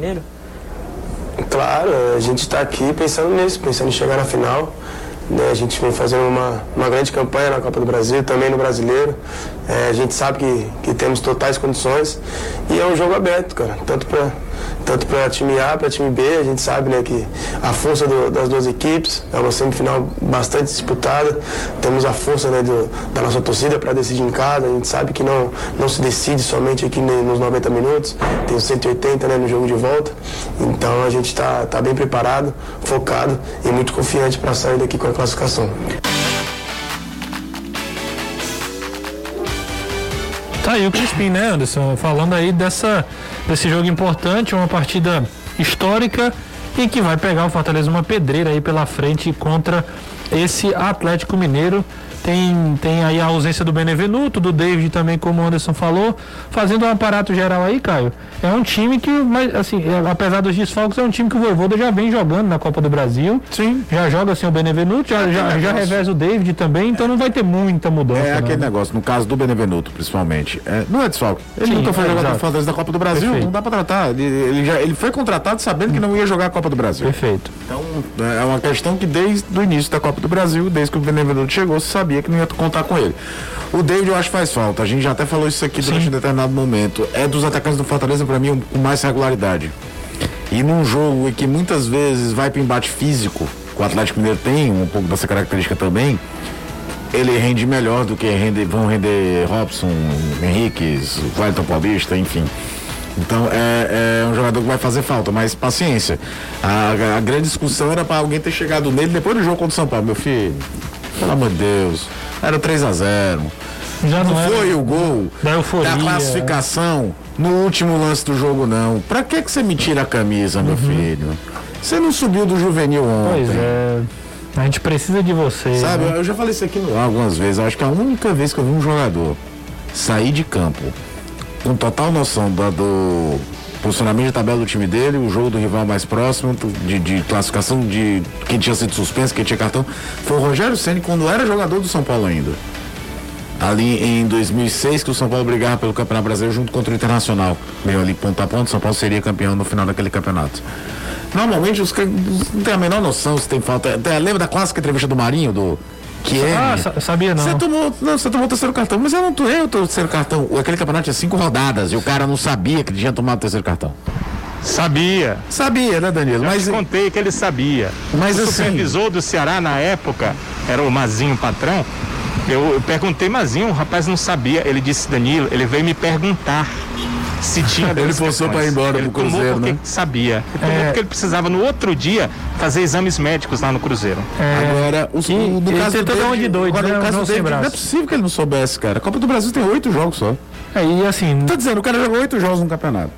Claro, a gente está aqui pensando nisso, pensando em chegar na final. A gente vem fazendo uma grande campanha na Copa do Brasil, também no Brasileiro. A gente sabe que temos totais condições e é um jogo aberto, cara, tanto para time A, para time B. A gente sabe, né, que a força das duas equipes é uma semifinal bastante disputada. Temos a força, né, da nossa torcida para decidir em casa. A gente sabe que não se decide somente aqui nos 90 minutos, tem os 180, né, no jogo de volta. Então a gente está bem preparado, focado e muito confiante para sair daqui com a classificação. Tá aí o Crispim, né, Anderson? Falando aí desse jogo importante, uma partida histórica e que vai pegar o Fortaleza uma pedreira aí pela frente contra esse Atlético Mineiro. Tem aí a ausência do Benevenuto, do David também, como o Anderson falou, fazendo um aparato geral aí, Caio. É um time que, mas, assim, apesar dos desfalques, é um time que o Vojvoda já vem jogando na Copa do Brasil. Sim. Já joga assim o Benevenuto, já reveza o David também, então não vai ter muita mudança. É aquele negócio, no caso do Benevenuto, principalmente. Não é desfalque. Ele nunca foi jogador do Fortaleza da Copa do Brasil. Perfeito. Não dá pra tratar. Ele foi contratado sabendo que não ia jogar a Copa do Brasil. Perfeito. Então, é uma questão que desde o início da Copa do Brasil, desde que o Benevenuto chegou, se sabia que não ia contar com ele. O David eu acho que faz falta. A gente já até falou isso aqui durante um determinado momento. É dos atacantes do Fortaleza, pra mim, com mais regularidade. E num jogo em que muitas vezes vai para embate físico, o Atlético Mineiro tem um pouco dessa característica também, ele rende melhor do que vão render Robson, Henriques, Wellington Paulista, enfim. Então é um jogador que vai fazer falta, mas paciência. A grande discussão era para alguém ter chegado nele depois do jogo contra o São Paulo. Meu filho, pelo amor de Deus, era 3-0. Já não foi o gol da classificação no último lance do jogo, não. Pra que você me tira a camisa, meu filho? Você não subiu do juvenil ontem. Pois é. A gente precisa de você. Sabe, né? Eu já falei isso aqui algumas vezes. Eu acho que a única vez que eu vi um jogador sair de campo com total noção do posicionamento de tabela do time dele, o jogo do rival mais próximo, de classificação de quem tinha sido suspenso, quem tinha cartão, foi o Rogério Ceni quando era jogador do São Paulo ainda. Ali em 2006, que o São Paulo brigava pelo Campeonato Brasileiro junto contra o Internacional. Meio ali ponto a ponto, o São Paulo seria campeão no final daquele campeonato. Normalmente os caras não tem a menor noção se tem falta. Lembra da clássica entrevista do Marinho, sabia não. Você tomou o terceiro cartão, mas eu não tomei o terceiro cartão. Aquele campeonato tinha 5 rodadas e o cara não sabia que ele tinha tomado o terceiro cartão. Sabia, né, Danilo? Mas eu contei que ele sabia. Mas o supervisor do Ceará na época era o Mazinho Patrão. Eu perguntei, Mazinho, o rapaz não sabia. Ele disse, Danilo, ele veio me perguntar se tinha dois. Ele forçou para ir embora pro Cruzeiro, porque né? Sabia. Ele tomou porque ele precisava no outro dia fazer exames médicos lá no Cruzeiro. Agora, no caso de doido, agora, no caso dele, não é possível que ele não soubesse, cara. A Copa do Brasil tem 8 jogos só. E assim... Tô dizendo, o cara jogou 8 jogos no campeonato.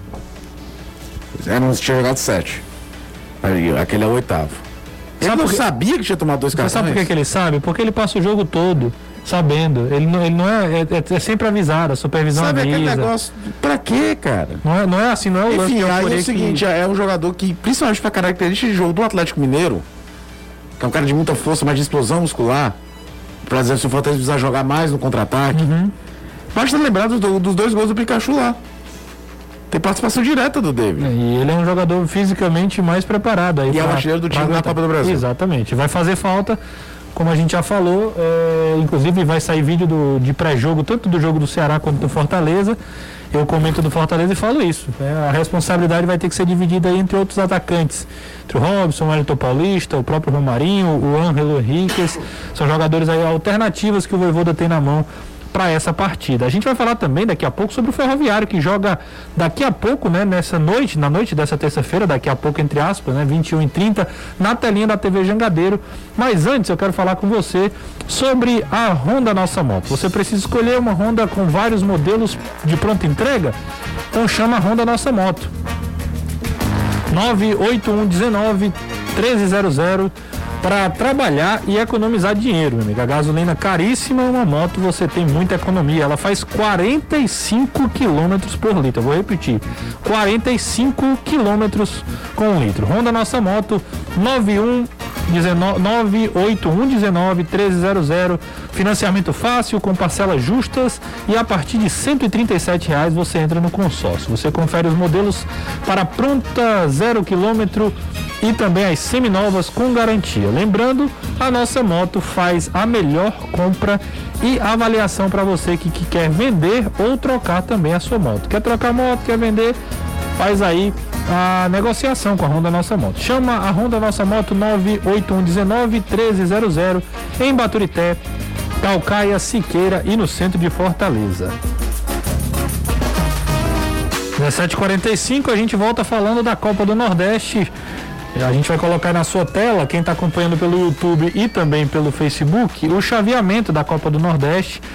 Não tinha jogado 7. Aquele é o 8º. Ele não sabia que tinha tomado 2 cartões. Sabe por que ele sabe? Porque ele passa o jogo todo sabendo. Ele não é sempre avisado, a supervisão sabe avisa. Aquele negócio, pra quê, cara? Não é assim, não é o lance. Enfim, aí é o seguinte, é um jogador que, principalmente pra característica de jogo do Atlético Mineiro, que é um cara de muita força, mas de explosão muscular, por exemplo, se o Fortaleza precisar jogar mais no contra-ataque, basta lembrar dos 2 gols do Pikachu lá. Tem participação direta do David. E ele é um jogador fisicamente mais preparado. E é o artilheiro do time na Copa do Brasil. Exatamente. Vai fazer falta, como a gente já falou, inclusive vai sair vídeo de pré-jogo, tanto do jogo do Ceará quanto do Fortaleza. Eu comento do Fortaleza e falo isso. A responsabilidade vai ter que ser dividida aí entre outros atacantes. Entre o Robson, o Wellington Paulista, o próprio Romarinho, o Ângelo Henriques. São jogadores aí alternativas que o Vojvoda tem na mão para essa partida. A gente vai falar também daqui a pouco sobre o Ferroviário, que joga daqui a pouco, né, na noite dessa terça-feira, daqui a pouco, entre aspas, né, 21h30, na telinha da TV Jangadeiro. Mas antes eu quero falar com você sobre a Honda Nossa Moto. Você precisa escolher uma Honda com vários modelos de pronta entrega? Então chama a Honda Nossa Moto. 98119-1300 para trabalhar e economizar dinheiro, meu amigo. A gasolina caríssima, uma moto você tem muita economia. Ela faz 45 km por litro. Eu vou repetir: 45 km com 1 litro. Honda Nossa Moto, 98119-1300. Financiamento fácil, com parcelas justas, e a partir de R$ 137,00 você entra no consórcio. Você confere os modelos para pronta 0 km e também as seminovas com garantia. Lembrando, a Nossa Moto faz a melhor compra e avaliação para você que quer vender ou trocar também a sua moto. Quer trocar a moto, quer vender? Faz aí a negociação com a Honda Nossa Moto. Chama a Honda Nossa Moto, 98119-1300 em Baturité, Calcaia, Siqueira e no centro de Fortaleza. 17h45, a gente volta falando da Copa do Nordeste. A gente vai colocar na sua tela, quem está acompanhando pelo YouTube e também pelo Facebook, o chaveamento da Copa do Nordeste.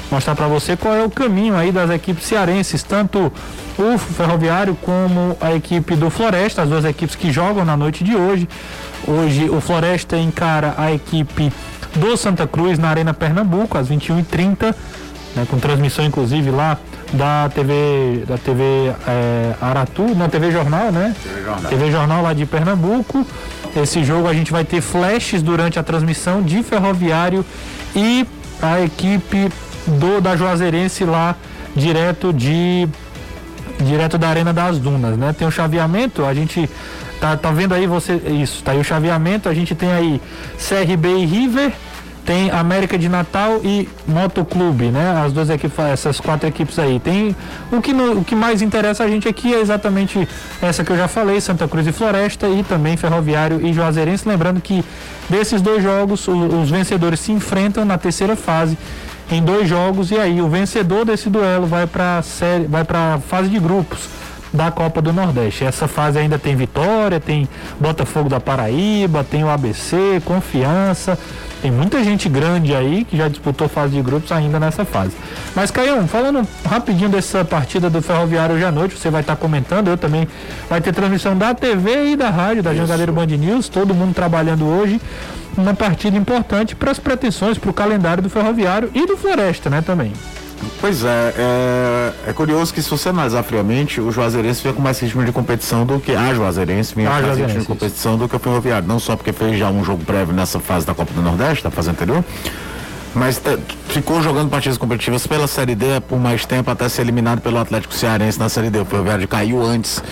mostrar para você qual é o caminho aí das equipes cearenses, tanto o Ferroviário como a equipe do Floresta, as duas equipes que jogam na noite de hoje. Hoje o Floresta encara a equipe do Santa Cruz na Arena Pernambuco às 21h30, né, com transmissão inclusive lá da TV Aratu, na TV Jornal, né? TV Jornal lá de Pernambuco. Esse jogo a gente vai ter flashes durante a transmissão de Ferroviário e a equipe da Juazeirense lá direto da Arena das Dunas, né? Tem o chaveamento, a gente tá vendo aí tá aí o chaveamento, a gente tem aí CRB e River, tem América de Natal e Motoclube, né? As duas equipes, essas 4 equipes aí. Tem o que mais interessa a gente aqui é exatamente essa que eu já falei, Santa Cruz e Floresta, e também Ferroviário e Juazeirense. Lembrando que desses 2 jogos, os vencedores se enfrentam na terceira fase em 2 jogos, e aí o vencedor desse duelo vai para a fase de grupos da Copa do Nordeste. Essa fase ainda tem Vitória, tem Botafogo da Paraíba, tem o ABC, Confiança, tem muita gente grande aí que já disputou fase de grupos ainda nessa fase. Mas, Caião, falando rapidinho dessa partida do Ferroviário hoje à noite, você vai estar comentando, eu também, vai ter transmissão da TV e da rádio, da Jangadeiro Band News, todo mundo trabalhando hoje, uma partida importante para as pretensões, para o calendário do Ferroviário e do Floresta, né, também. Pois é curioso que se você analisar friamente, o Juazeirense vinha com mais ritmo de competição do que a Juazeirense vinha com mais ritmo de competição do que o Ferroviário, não só porque fez já um jogo prévio nessa fase da Copa do Nordeste, da fase anterior, mas ficou jogando partidas competitivas pela Série D por mais tempo, até ser eliminado pelo Atlético Cearense na Série D. O Ferroviário caiu antes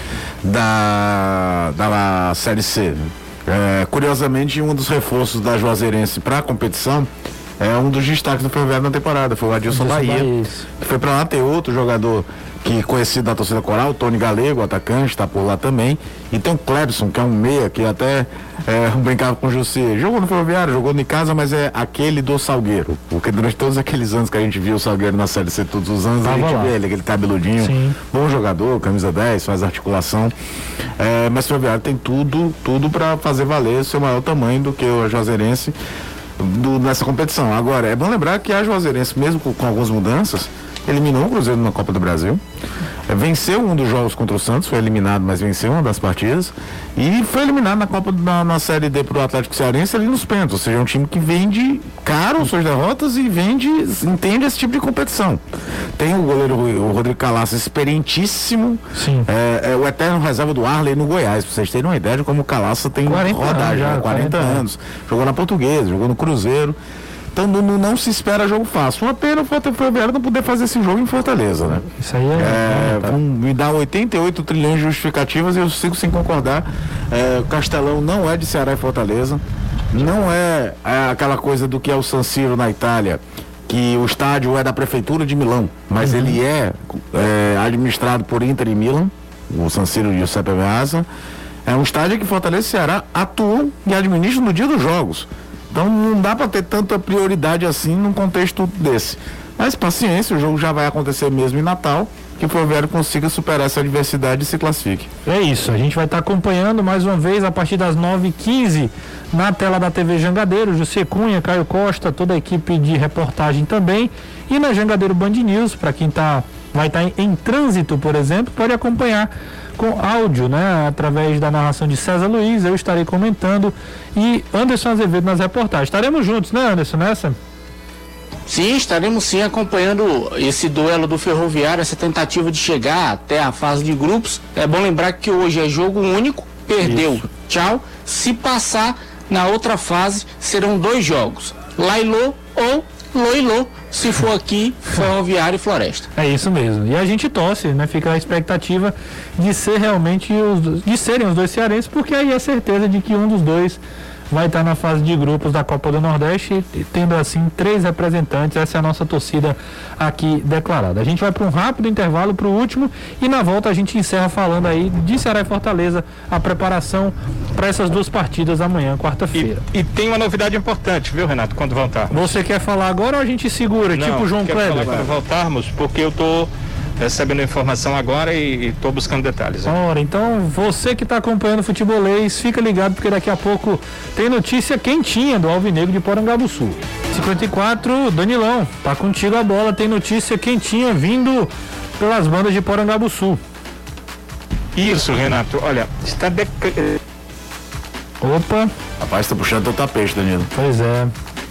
da Série C. Curiosamente, um dos reforços da Juazeirense para a competição é um dos destaques do Ferroviário na temporada, foi o Adilson Bahia, que foi para lá. Ter outro jogador que conhecido da torcida coral, o Tony Galego, o atacante, está por lá também, e tem o Clebson, que é um meia, que até brincava com o José, jogou no Ferroviário, jogou em casa, mas é aquele do Salgueiro, porque durante todos aqueles anos que a gente viu o Salgueiro na Série C, todos os anos, a gente vê ele, aquele cabeludinho, sim, bom jogador, camisa 10, faz articulação, mas o Ferroviário tem tudo para fazer valer o seu maior tamanho do que o Juazeirense nessa competição. Agora, é bom lembrar que a Juazeirense, mesmo com algumas mudanças, eliminou o Cruzeiro na Copa do Brasil, venceu um dos jogos contra o Santos, foi eliminado, mas venceu uma das partidas, e foi eliminado na Copa na Série D pro Atlético Cearense ali nos pênaltis, ou seja, é um time que vende caro suas derrotas e entende esse tipo de competição. Tem o goleiro o Rodrigo Calaça, experientíssimo, o eterno reserva do Arley no Goiás, pra vocês terem uma ideia de como o Calaça tem rodagem, 40 anos, jogou na Portuguesa, jogou no Cruzeiro. Então não se espera jogo fácil. Uma pena o Ferroviário não poder fazer esse jogo em Fortaleza, né? Isso aí me dá 88 trilhões de justificativas e eu sigo sem concordar. O Castelão não é de Ceará e Fortaleza. Não é aquela coisa do que é o San Siro na Itália, que o estádio é da Prefeitura de Milão, mas ele é administrado por Inter e Milan, o San Siro e o Giuseppe Meazza. É um estádio que Fortaleza e Ceará atuam e administram no dia dos jogos. Então não dá para ter tanta prioridade assim num contexto desse. Mas paciência, o jogo já vai acontecer mesmo em Natal, que o Ferroviário consiga superar essa adversidade e se classifique. É isso, a gente vai estar acompanhando mais uma vez a partir das 9h15 na tela da TV Jangadeiro, José Cunha, Caio Costa, toda a equipe de reportagem também, e na Jangadeiro Band News, para quem vai estar em trânsito, por exemplo, pode acompanhar com áudio, né, através da narração de César Luiz, eu estarei comentando, e Anderson Azevedo nas reportagens. Estaremos juntos, né, Anderson, nessa? Sim, estaremos sim acompanhando esse duelo do Ferroviário, essa tentativa de chegar até a fase de grupos. É bom lembrar que hoje é jogo único, perdeu, isso, tchau. Se passar na outra fase, serão 2 jogos, Lailô ou Loilô, se for aqui Ferroviário e Floresta. É isso mesmo, e a gente torce, né? Fica a expectativa de ser realmente serem os 2 cearenses, porque aí é certeza de que um dos 2 vai estar na fase de grupos da Copa do Nordeste, tendo assim 3 representantes. Essa é a nossa torcida aqui declarada. A gente vai para um rápido intervalo, para o último, e na volta a gente encerra falando aí de Ceará e Fortaleza, a preparação para essas 2 partidas amanhã, quarta-feira. E tem uma novidade importante, viu, Renato, quando voltar. Você quer falar agora ou a gente segura, não, tipo o João Kleber? Quando voltarmos, porque eu tô recebendo a informação agora e estou buscando detalhes. Ora, então você que está acompanhando o Futebolês, fica ligado porque daqui a pouco tem notícia quentinha do Alvinegro de Porangabuçu. 54, Danilão, tá contigo a bola, tem notícia quentinha vindo pelas bandas de Porangabuçu. Isso, Renato, olha, está Opa. Rapaz, tá puxando teu tapete, Danilo. Pois é.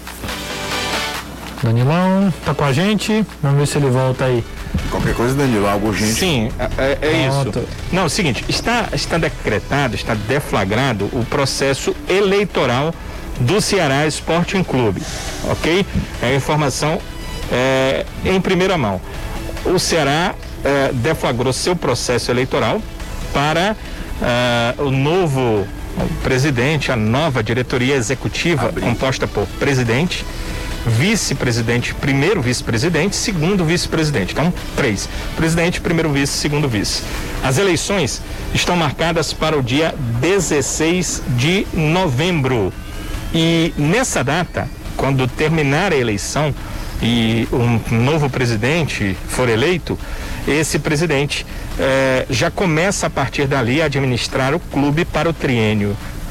Danilão, tá com a gente? Vamos ver se ele volta aí. Qualquer coisa, Danilo, algo urgente. Sim, é isso. Não, é o seguinte, está decretado, está deflagrado o processo eleitoral do Ceará Sporting Clube, ok? É a informação em primeira mão. O Ceará deflagrou seu processo eleitoral para o novo presidente, a nova diretoria executiva composta por presidente, vice-presidente, primeiro vice-presidente, segundo vice-presidente. Então, 3. Presidente, primeiro vice, segundo vice. As eleições estão marcadas para o dia 16 de novembro. E nessa data, quando terminar a eleição e um novo presidente for eleito, esse presidente já começa a partir dali a administrar o clube para o triênio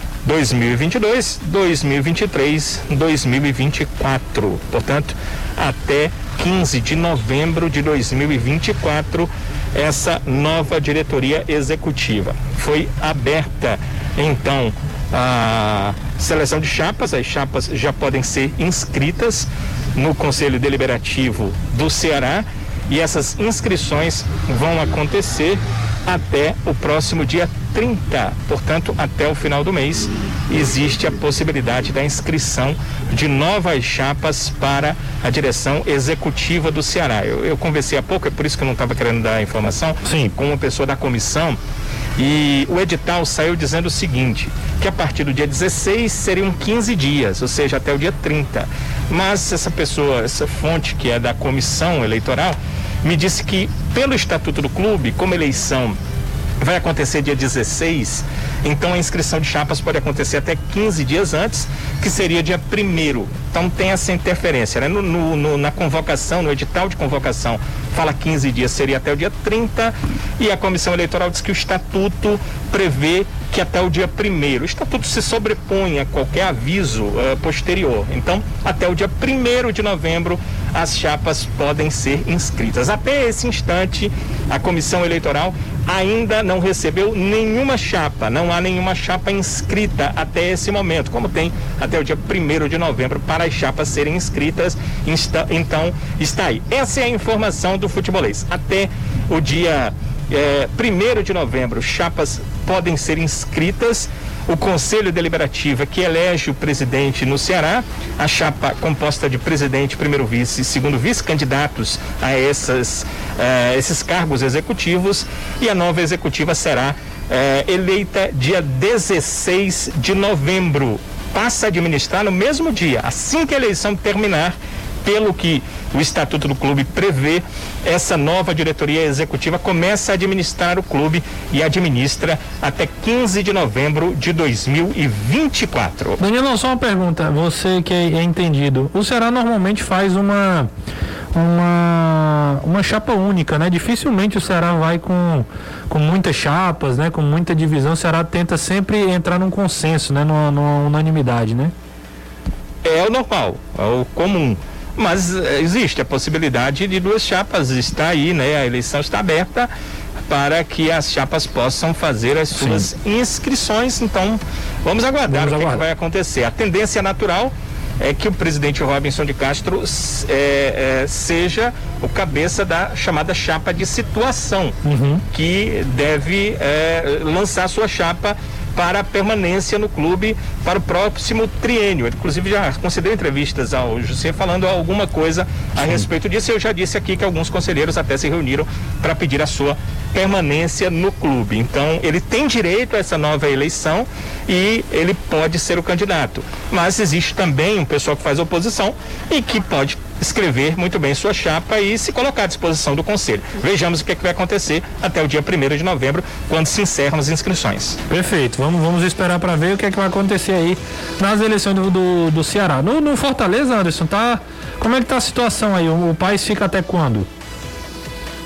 2022, 2023, 2024. Portanto, até 15 de novembro de 2024, essa nova diretoria executiva. Foi aberta, então, a seleção de chapas. As chapas já podem ser inscritas no Conselho Deliberativo do Ceará e essas inscrições vão acontecer até o próximo dia 30, portanto, até o final do mês, existe a possibilidade da inscrição de novas chapas para a direção executiva do Ceará. Eu conversei há pouco, é por isso que eu não estava querendo dar a informação, com uma pessoa da comissão, e o edital saiu dizendo o seguinte, que a partir do dia 16 seriam 15 dias, ou seja, até o dia 30. Mas essa pessoa, essa fonte que é da comissão eleitoral, me disse que pelo estatuto do clube, como eleição vai acontecer dia 16, então a inscrição de chapas pode acontecer até 15 dias antes, que seria dia 1º. Então tem essa interferência, né? Na convocação, no edital de convocação, fala 15 dias, seria até o dia 30, e a comissão eleitoral diz que o estatuto prevê que até o dia 1º. O estatuto se sobrepõe a qualquer aviso posterior. Então, até o dia 1º de novembro, as chapas podem ser inscritas. Até esse instante, a comissão eleitoral ainda não recebeu nenhuma chapa, não há nenhuma chapa inscrita até esse momento, como tem até o dia 1º de novembro para as chapas serem inscritas. Então, está aí. Essa é a informação do Futebolês. Até o dia 1º de novembro, chapas podem ser inscritas. O Conselho Deliberativo que elege o presidente no Ceará, a chapa composta de presidente, primeiro vice e segundo vice, candidatos a esses cargos executivos, e a nova executiva será eleita dia 16 de novembro. Passa a administrar no mesmo dia, assim que a eleição terminar. Pelo que o Estatuto do Clube prevê, essa nova diretoria executiva começa a administrar o clube e administra até 15 de novembro de 2024. Danilo, só uma pergunta, você que é entendido, o Ceará normalmente faz uma chapa única, né? Dificilmente o Ceará vai com muitas chapas, né? Com muita divisão, o Ceará tenta sempre entrar num consenso, né? Numa unanimidade, né? É o normal, é o comum. Mas existe a possibilidade de 2 chapas, está aí, né? A eleição está aberta para que as chapas possam fazer as suas inscrições. Então, vamos aguardar o que vai acontecer. A tendência natural é que o presidente Robinson de Castro seja o cabeça da chamada chapa de situação, que deve lançar sua chapa para a permanência no clube para o próximo triênio. Inclusive já concedeu entrevistas ao José falando alguma coisa a respeito disso. Eu já disse aqui que alguns conselheiros até se reuniram para pedir a sua permanência no clube. Então ele tem direito a essa nova eleição e ele pode ser o candidato. Mas existe também um pessoal que faz oposição e que pode escrever muito bem sua chapa e se colocar à disposição do conselho. Vejamos o que vai acontecer até o dia 1º de novembro, quando se encerram as inscrições. Perfeito, vamos esperar para ver o que vai acontecer aí nas eleições do Ceará. No Fortaleza, Anderson, como é que tá a situação aí? O Paes fica até quando?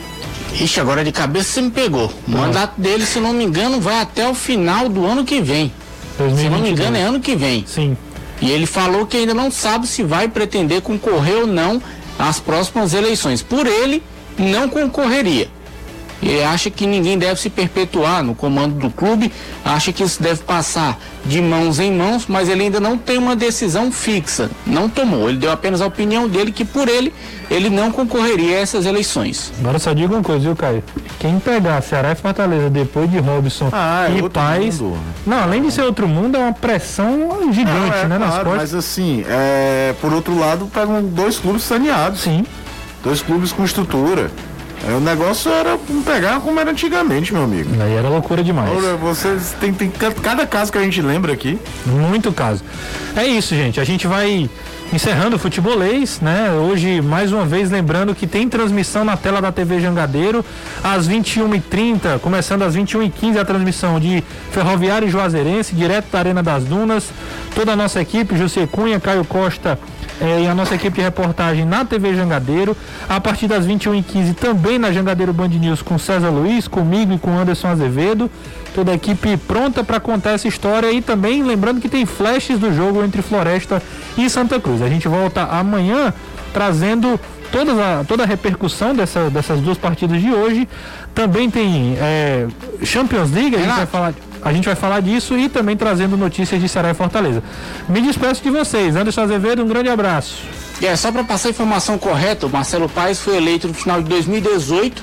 Ixi, agora de cabeça você me pegou. O mandato dele, se não me engano, vai até o final do ano que vem. 2022. Se não me engano, é ano que vem. Sim. E ele falou que ainda não sabe se vai pretender concorrer ou não às próximas eleições. Por ele, não concorreria. Ele acha que ninguém deve se perpetuar no comando do clube, acha que isso deve passar de mãos em mãos, mas ele ainda não tem uma decisão fixa, não tomou. Ele deu apenas a opinião dele que por ele não concorreria a essas eleições. Agora só digo uma coisa, viu, Caio? Quem pegar Ceará e Fortaleza depois de Robson e Paz... Mundo. Não, além de ser outro mundo, é uma pressão gigante, né? Nas costas. Mas assim, por outro lado, pegam 2 clubes saneados. Sim. 2 clubes com estrutura. O negócio era pegar como era antigamente, meu amigo. Aí era loucura demais. Olha, vocês tem cada caso que a gente lembra aqui. Muito caso. É isso, gente. A gente vai encerrando o Futebolês, né? Hoje, mais uma vez, lembrando que tem transmissão na tela da TV Jangadeiro às 21h30, começando às 21h15 a transmissão de Ferroviário e Juazeirense, direto da Arena das Dunas. Toda a nossa equipe, José Cunha, Caio Costa e a nossa equipe de reportagem na TV Jangadeiro. A partir das 21h15 também na Jangadeiro Band News com César Luiz, comigo e com Anderson Azevedo. Toda a equipe pronta para contar essa história e também lembrando que tem flashes do jogo entre Floresta e Santa Cruz. A gente volta amanhã trazendo toda a repercussão dessas 2 partidas de hoje. Também tem Champions League, a gente vai falar disso e também trazendo notícias de Ceará e Fortaleza. Me despeço de vocês. Anderson Azevedo, um grande abraço. Só para passar a informação correta, o Marcelo Paes foi eleito no final de 2018.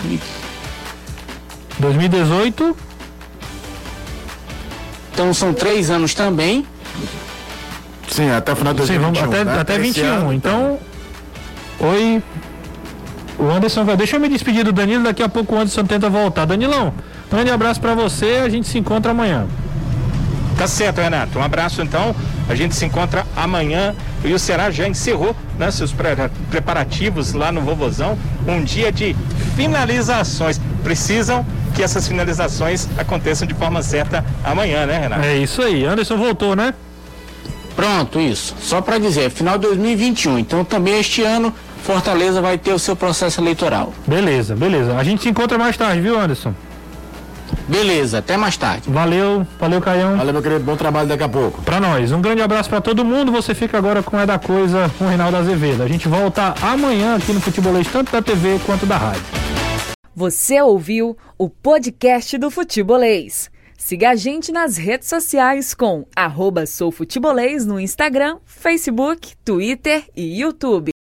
2018? Então são 3 anos também. Sim, até o final de 2021. Sim, vamos até 21. Então, oi. O Anderson vai. Deixa eu me despedir do Danilo, daqui a pouco o Anderson tenta voltar. Danilão, um grande abraço para você, a gente se encontra amanhã. Tá certo, Renato. Um abraço então. A gente se encontra amanhã. E o Ceará já encerrou, né, seus preparativos lá no Vovozão. Um dia de finalizações. Precisam que essas finalizações aconteçam de forma certa amanhã, né, Renato? É isso aí. Anderson voltou, né? Pronto, isso. Só para dizer, final de 2021. Então também este ano Fortaleza vai ter o seu processo eleitoral. Beleza. A gente se encontra mais tarde, viu, Anderson? Beleza, até mais tarde. Valeu, Caião. Valeu, meu querido, bom trabalho daqui a pouco. Pra nós, um grande abraço pra todo mundo. Você fica agora com É da Coisa, com o Reinaldo Azevedo. A gente volta amanhã aqui no Futebolês, tanto da TV quanto da rádio. Você ouviu o podcast do Futebolês. Siga a gente nas redes sociais com @soufutebolês no Instagram, Facebook, Twitter e YouTube.